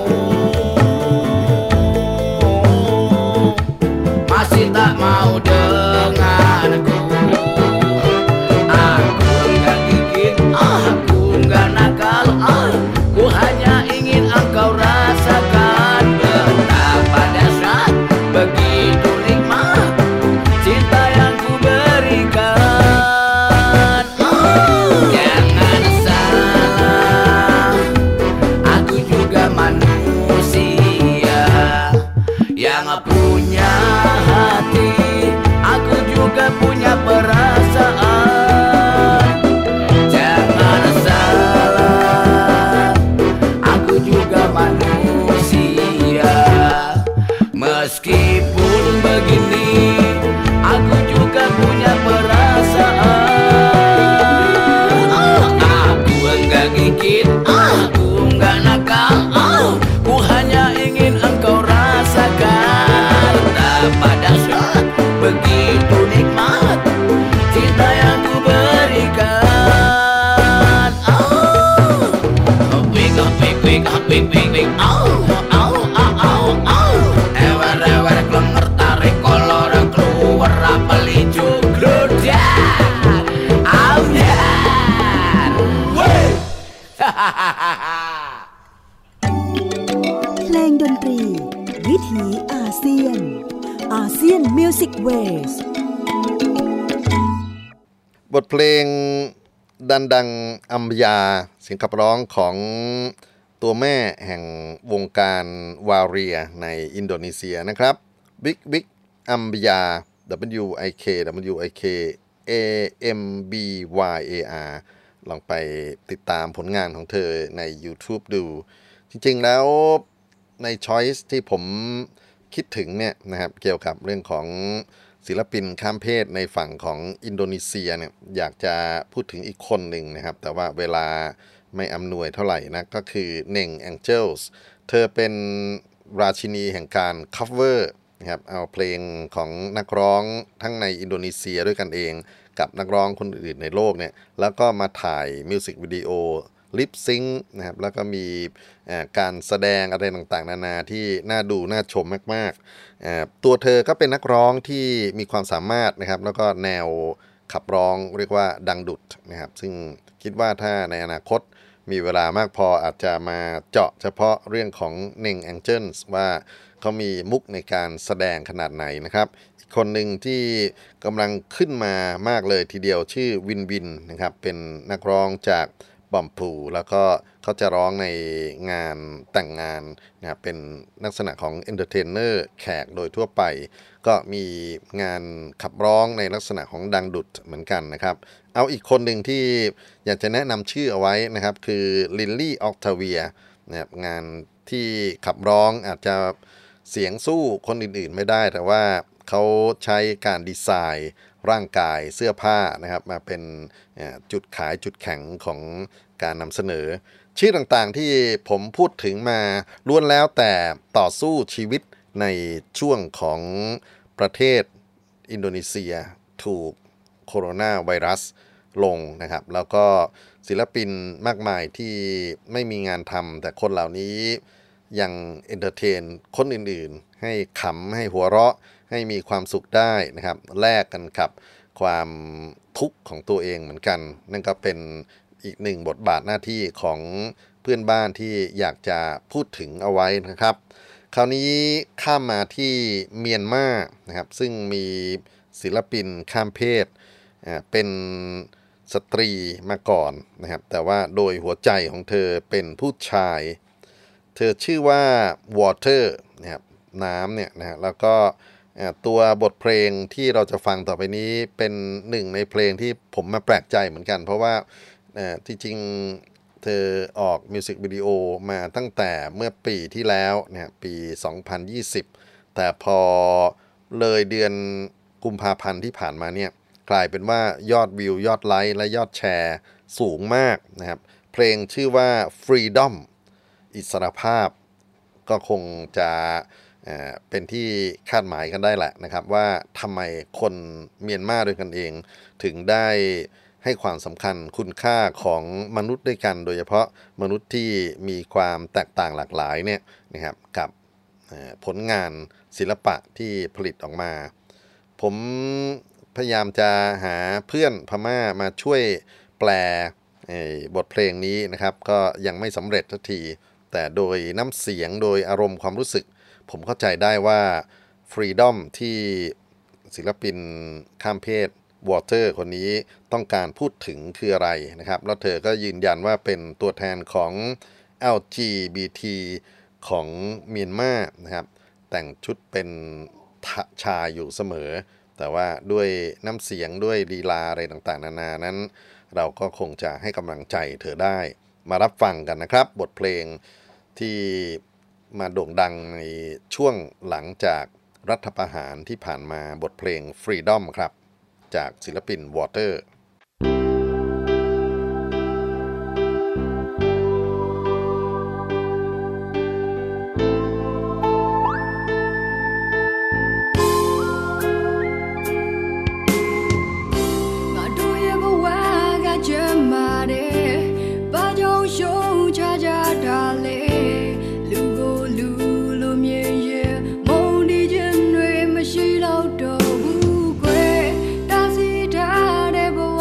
masih tak mau denganku? Aku enggak gigit, aku enggak nakal, ku hanya ingin engkau rasakan betapa dahsyat, begitu nikmat, cinta yang ku berikan. Jangan salah, aku juga manusia yang punya hati, Asian Music Ways บทเพลงดันดังอัมยาเสียงขับร้องของตัวแม่แห่งวงการวาเรียในอินโดนีเซียนะครับบิ๊กบิ๊กอัมยา W I K W I K A M B Y A R ลองไปติดตามผลงานของเธอใน YouTube ดูจริงๆแล้วใน Choice ที่ผมคิดถึงเนี่ยนะครับเกี่ยวกับเรื่องของศิลปินข้ามเพศในฝั่งของอินโดนีเซียเนี่ยอยากจะพูดถึงอีกคนหนึ่งนะครับแต่ว่าเวลาไม่อำนวยเท่าไหร่นะก็คือเน่งแองเจิลส์เธอเป็นราชินีแห่งการ cover นะครับเอาเพลงของนักร้องทั้งในอินโดนีเซียด้วยกันเองกับนักร้องคนอื่นในโลกเนี่ยแล้วก็มาถ่ายมิวสิกวิดีโอลิปซิงค์นะครับแล้วก็มีการแสดงอะไรต่างๆนานาที่น่าดูน่าชมมากๆตัวเธอก็เป็นนักร้องที่มีความสามารถนะครับแล้วก็แนวขับร้องเรียกว่าดังดุดนะครับซึ่งคิดว่าถ้าในอนาคตมีเวลามากพออาจจะมาเจาะเฉพาะเรื่องของเน่งแองเจิลส์ว่าเขามีมุกในการแสดงขนาดไหนนะครับอีกคนหนึ่งที่กำลังขึ้นมามากเลยทีเดียวชื่อวินวินนะครับเป็นนักร้องจากบอมพูแล้วก็เขาจะร้องในงานแต่งงานนะครับเป็นลักษณะของเอนเตอร์เทนเนอร์แขกโดยทั่วไปก็มีงานขับร้องในลักษณะของดังดุดเหมือนกันนะครับเอาอีกคนหนึ่งที่อยากจะแนะนำชื่อเอาไว้นะครับคือลิลลี่ออกทาเวียนะครับงานที่ขับร้องอาจจะเสียงสู้คนอื่นๆไม่ได้แต่ว่าเขาใช้การดีไซน์ร่างกายเสื้อผ้านะครับมาเป็นจุดขายจุดแข็งของการนำเสนอชื่อต่างๆที่ผมพูดถึงมาล้วนแล้วแต่ต่อสู้ชีวิตในช่วงของประเทศอินโดนีเซียถูกโคโรนาไวรัสลงนะครับแล้วก็ศิลปินมากมายที่ไม่มีงานทำแต่คนเหล่านี้ยังเอนเตอร์เทนคนอื่นๆให้ขำให้หัวเราะให้มีความสุขได้นะครับแลกกันกับความทุกข์ของตัวเองเหมือนกันนั่นก็เป็นอีกหนึ่งบทบาทหน้าที่ของเพื่อนบ้านที่อยากจะพูดถึงเอาไว้นะครับคราวนี้ข้ามมาที่เมียนมานะครับซึ่งมีศิลปินข้ามเพศเป็นสตรีมาก่อนนะครับแต่ว่าโดยหัวใจของเธอเป็นผู้ชายเธอชื่อว่า Water นะครับน้ำเนี่ยนะแล้วก็ตัวบทเพลงที่เราจะฟังต่อไปนี้เป็นหนึ่งในเพลงที่ผมมาแปลกใจเหมือนกันเพราะว่าที่จริงเธอออกมิวสิกวิดีโอมาตั้งแต่เมื่อปีที่แล้วเนี่ยปีสองพันยี่สิบแต่พอเลยเดือนกุมภาพันธ์ที่ผ่านมาเนี่ยกลายเป็นว่ายอดวิวยอดไลค์และยอดแชร์สูงมากนะครับเพลงชื่อว่า Freedom อิสรภาพก็คงจะเป็นที่คาดหมายกันได้แหละนะครับว่าทำไมคนเมียนมาด้วยกันเองถึงได้ให้ความสำคัญคุณค่าของมนุษย์ด้วยกันโดยเฉพาะมนุษย์ที่มีความแตกต่างหลากหลายเนี่ยนะครับกับผลงานศิลปะที่ผลิตออกมาผมพยายามจะหาเพื่อนพม่ามาช่วยแปลบทเพลงนี้นะครับก็ยังไม่สำเร็จทันทีแต่โดยน้ำเสียงโดยอารมณ์ความรู้สึกผมเข้าใจได้ว่า Freedom ที่ศิลปินข้ามเพศ Water คนนี้ต้องการพูดถึงคืออะไรนะครับแล้วเธอก็ยืนยันว่าเป็นตัวแทนของ แอล จี บี ที ของเมียนมานะครับแต่งชุดเป็นชายอยู่เสมอแต่ว่าด้วยน้ำเสียงด้วยลีลาอะไรต่างๆนานานั้นเราก็คงจะให้กำลังใจเธอได้มารับฟังกันนะครับบทเพลงที่มาโด่งดังในช่วงหลังจากรัฐประหารที่ผ่านมาบทเพลง Freedom ครับจากศิลปิน Water Don't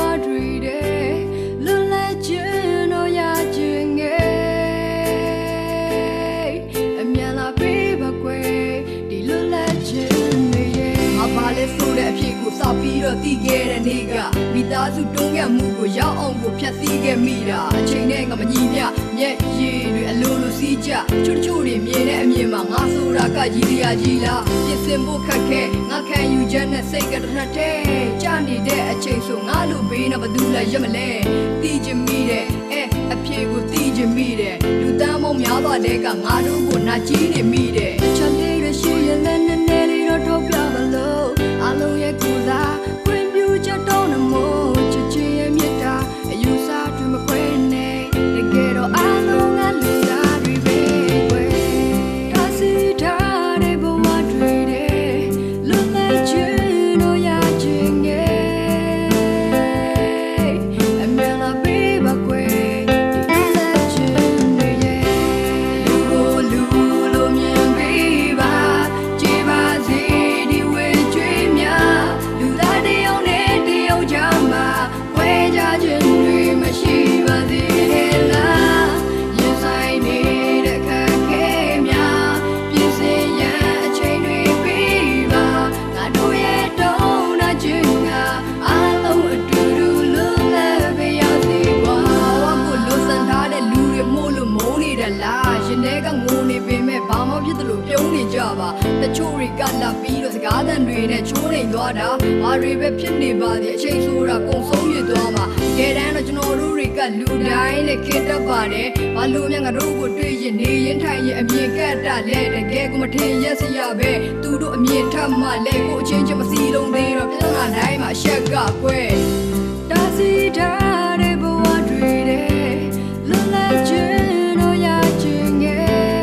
နေ့ကမိသားစုတွန်းခဲ့မှုကိုရောက်အောင်ကိုဖျက်ဆီးခဲ့မိတာအချိန်နဲ့ငါမညီမျှမျက်ရည်တွေအလိုလိုစီးကြချို့ချို့တွေမြင်တဲ့အမြင်မှာငါဆိုတာကရည်ရည်ကြီးလားပြင်ဆင်ဖို့ခက်ခဲငါခံယူချက်နဲ့စိတ်ကတနတ်တဲ့ကြာနေတဲ့အချိန်ဆိုငါလိုဘေးနဲ့ဘသူလဲရမလဲတီးချင်မိတဲ့အဲအဖြေကိုတီးချင်မိတဲ့လူတန်းမောင်များသွားတဲ့ကငါတို့ကိုနာကြီးနေမိတဲ့ချက်လေးတွေရှိရလဲနည်းနည်းလေးတော့ထုတ်ပြပါလို့အလုံးရဲ့ကိုယ်စားခွင့်ပြုချက်တော့နမို့ချစ်ချင်ရဲ့မြတ်တာအယူစားတွေမခွဲနဲ့တကယ်တော့အလုံးကလူသားတွေပဲကွယ်ဒါစီထားတဲ့ဘဝတွေတဲ့လွန်လိုက်ခြင်းတော့ရခြင်းငယ်အမြဲလာပေးပါကွယ်ဒီလက်ခြင်းတွေရဲ့လူကိုလူလိုမြင်ပေးပါကြည်ပါစေဒီဝေကျွေးများလူသားတယောက်နဲ့တယောက်ကြားမှာဝဲကြခြင်းတွေမရှိပါသေးနဲ့လားရင်ဆိုင်နေတဲ့ခက်ခဲများပြင်ဆင်ရန်အချိန်တွေပေးပါငါတို့ရဲ့တုံးနာခြင်းကအလုံးအတူတူလွတ်လပ်ပါရစေကွာဘာကိုလို့စံထားတဲ့လူတွေမို့လို့မုန်းနေတယ်လားရှင်တွေကငိုနေပေမဲ့ဘာမှဖြစ်သလိုပြုံးနေကြပါတချို့တွေကလာပြီးတော့စကားသံတွေနဲ့ချိုးနေသွားတာဘာတွေပဲဖြစ်နေပါသေးအချိန်ဆိုတာကုန်ဆုံးရသွားမှာကြတဲ့တော့ကျွန်တော်တို့တွေကလူတိုင်းနဲ့ခင်တတ်ပါတယ်ဘာလို့များငါတို့ကိုတွေ့ရင်နေရင်ထိုင်ရင်အမြင်ကတ်တာလဲတကယ်ကိုမထင်ရက်စရာပဲသူတို့အမြင်ထပ်မှလဲကိုအချင်းချင်းမစီလုံးသေးတော့ပြဿနာတိုင်းမှာအရှက်ကကွယ်တာစီထားတဲ့ဘဝတွေတဲ့လွန်လိုက်ခြင်းတော့ရခြင်းင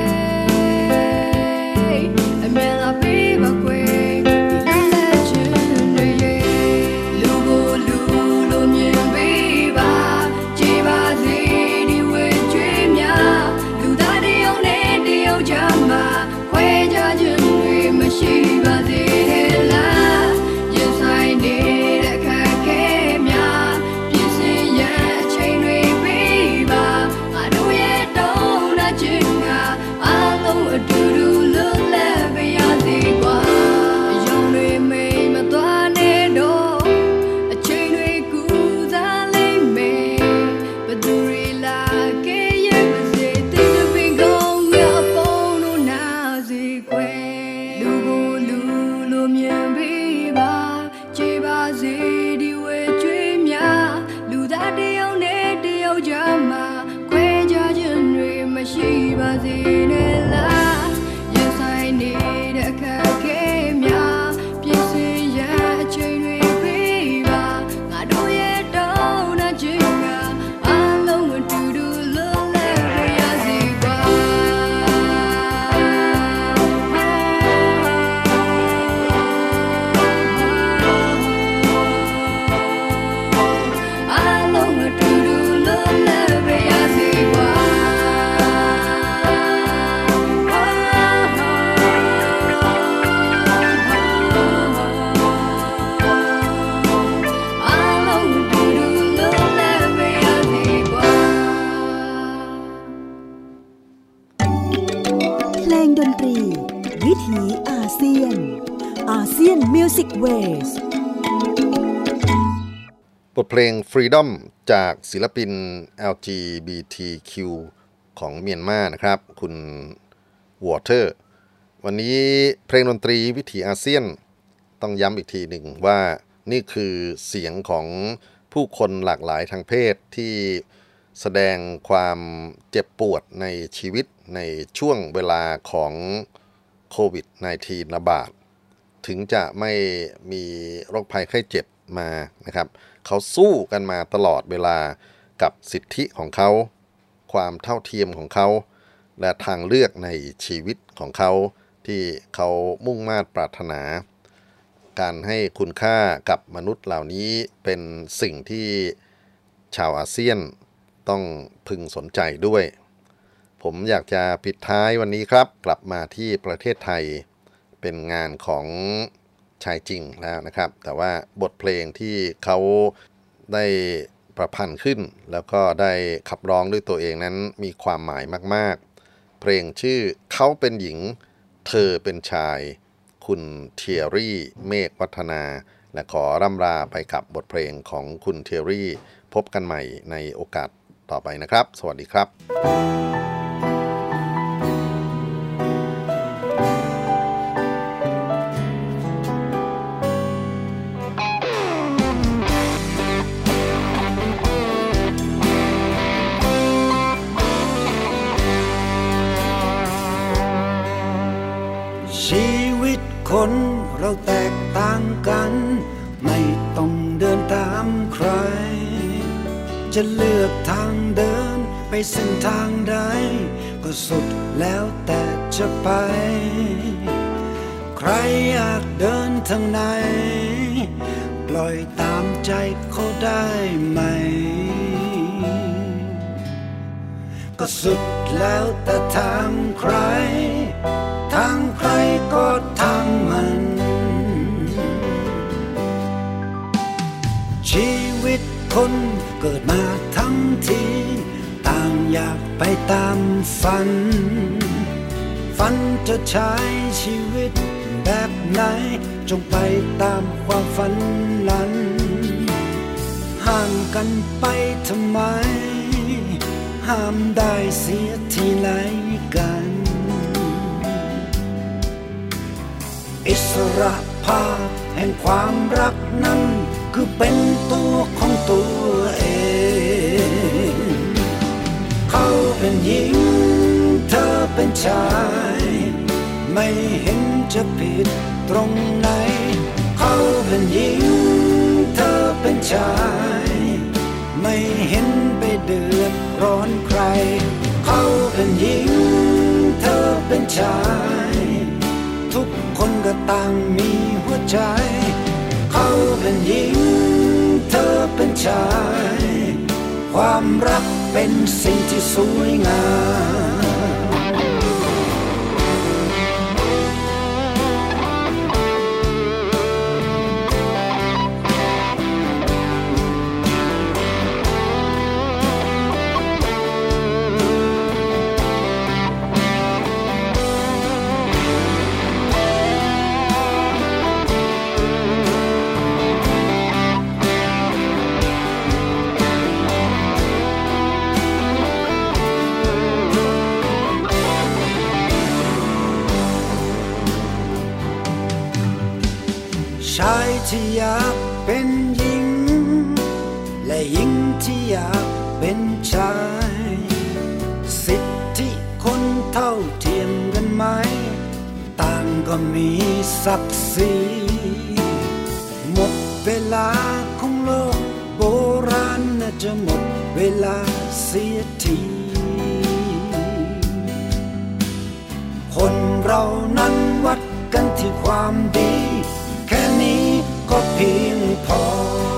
ယ်အမြဲလာပေးပါကွယ်ဒီလက်ခြင်းတွေရဲ့လူကိုလူလိုမြင်ပေးပါကြည်ပါစေဒီဝေကျွေးများလူသားတယောက်နဲ့တယောက်ကြားမှာခွဲခြားခြင်းတွေမရှိပါသေးနဲ့လားရင်ဆိုင်နေတဲ့ခက်ခဲများပြင်ဆင်ရန်အချိန်တွေပေးပါငါတို့ရဲ့တုံးနာခြင်းကအလုံးအတူတူလွတ်လပ်ပါရစေကွာအယုံတွေမိတ်မသွားနဲ့တော့အချိန်တွေကူစားလိမ့်မယ်ဘသူတွေလာခဲ့ရဲ့ပါစေတိတ်ပင်ကောင်းရပုံတို့နာစေကွယ်လူကိုလူလိုမြင်ပေးပါကြည်ပါစေဒီဝေကျွေးများလူသားတယောက်နဲ့တယောက်ကြားမှာခွဲခြားခြင်းတွေမရှိပါစေနဲ့လားရင်ဆိုင်နေတဲ့အခက်အခဲများပြင်ဆင်ရန်အချိန်တွေပေးပါငါတို့ရဲ့တောင်းနာခြင်းကအလုံးအတူတူလွတ်လပ်ပါရစေကွာအလုံးအတူတူလွတ်လပ်ပါရစေကွာเพลงดนตรีวิถีอาเซียนอาเซียนมิวสิกเวสบทเพลง Freedom จากศิลปิน แอล จี บี ที คิว ของเมียนมานะครับ คุณ Water วันนี้เพลงดนตรีวิถีอาเซียนต้องย้ำอีกทีหนึ่งว่านี่คือเสียงของผู้คนหลากหลายทางเพศที่แสดงความเจ็บปวดในชีวิตในช่วงเวลาของโควิด สิบเก้า ระบาดถึงจะไม่มีโรคภัยไข้เจ็บมานะครับเขาสู้กันมาตลอดเวลากับสิทธิของเขาความเท่าเทียมของเขาและทางเลือกในชีวิตของเขาที่เขามุ่งมา่ปรารถนาการให้คุณค่ากับมนุษย์เหล่านี้เป็นสิ่งที่ชาวอาเซียนต้องพึงสนใจด้วยผมอยากจะปิดท้ายวันนี้ครับกลับมาที่ประเทศไทยเป็นงานของชายจริงแล้วนะครับแต่ว่าบทเพลงที่เขาได้ประพันธ์ขึ้นแล้วก็ได้ขับร้องด้วยตัวเองนั้นมีความหมายมากๆเพลงชื่อเขาเป็นหญิงเธอเป็นชายคุณเทียรี่เมฆวัฒนาและขอร่ำลาไปกับบทเพลงของคุณเทอรี่พบกันใหม่ในโอกาสต่อไปนะครับสวัสดีครับชีวิตคนเราแตกต่างกันไม่ต้องเดินตามใครจะเลือกทางเดินไปเส้นทางใดก็สุดแล้วแต่จะไปใครอยากเดินทางไหนปล่อยตามใจเขาได้ไหมก็สุดแล้วแต่ทางใครทางใครก็ทางมันชีวิตคนเกิดมาทั้งทีต่างอยากไปตามฝันฝันจะใช้ชีวิตแบบไหนจงไปตามความฝันนั้นห่างกันไปทำไมห้ามได้เสียทีไหนกันอิสรภาพแห่งความรักนั้นคือเป็นตัวของตัวเองเขาเป็นหญิงเธอเป็นชายไม่เห็นจะผิดตรงไหนเขาเป็นหญิงเธอเป็นชายไม่เห็นไปเดือดร้อนใครเขาเป็นหญิงเธอเป็นชายทุกคนก็ต่างมีหัวใจเขาเป็นหญิงเธอเป็นชายความรักเป็นสิ่งที่สวยงามชายที่อยากเป็นหญิงและหญิงที่อยากเป็นชายสิทธิคนเท่าเทียมกันไหมต่างก็มีศักดิ์ศรีหมดเวลาของโลกโบราณน่าจะหมดเวลาเสียทีคนเรานั้นวัดกันที่ความดีแค่นี้ก็เพียงพอ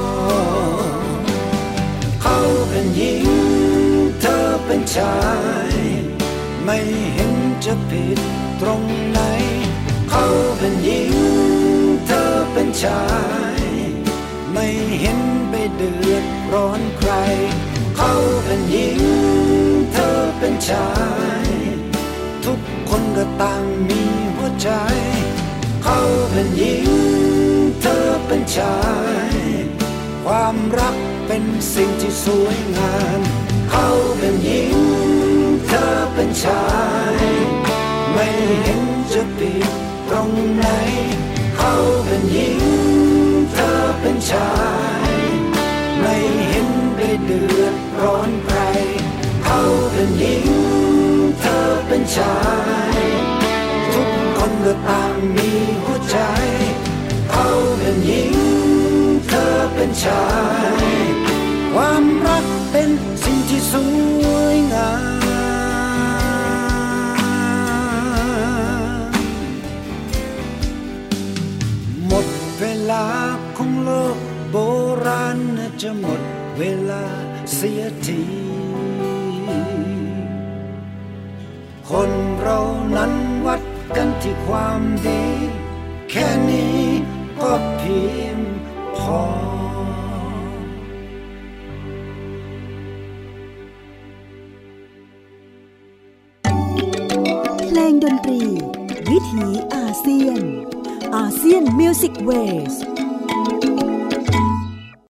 เขาเป็นหญิงเธอเป็นชายไม่เห็นจะผิดตรงไหนเขาเป็นหญิงเธอเป็นชายไม่เห็นไปเดือดร้อนใครเขาเป็นหญิงเธอเป็นชายทุกคนก็ต่างมีหัวใจเขาเป็นหญิงเธอเป็นชายความรักเป็นสิ่งที่สวยงามเขาเป็นหญิงเธอเป็นชายไม่เห็นจะผิดตรงไหนเขาเป็นหญิงเธอเป็นชายไม่เห็นไปเดือดร้อนใครเขาเป็นหญิงเธอเป็นชายทุกคนก็ต่างมีหัวใจเขาเป็นหญิงเธอเป็นชายความรักเป็นสิ่งที่สวยงามหมดเวลาของโลกโบราณน่าจะหมดเวลาเสียทีคนเรานั้นวัดกันที่ความดีแค่นี้ก็เพียงพอเพลงดนตรีวิถีอาเซียนอาเซียนมิวสิกเวส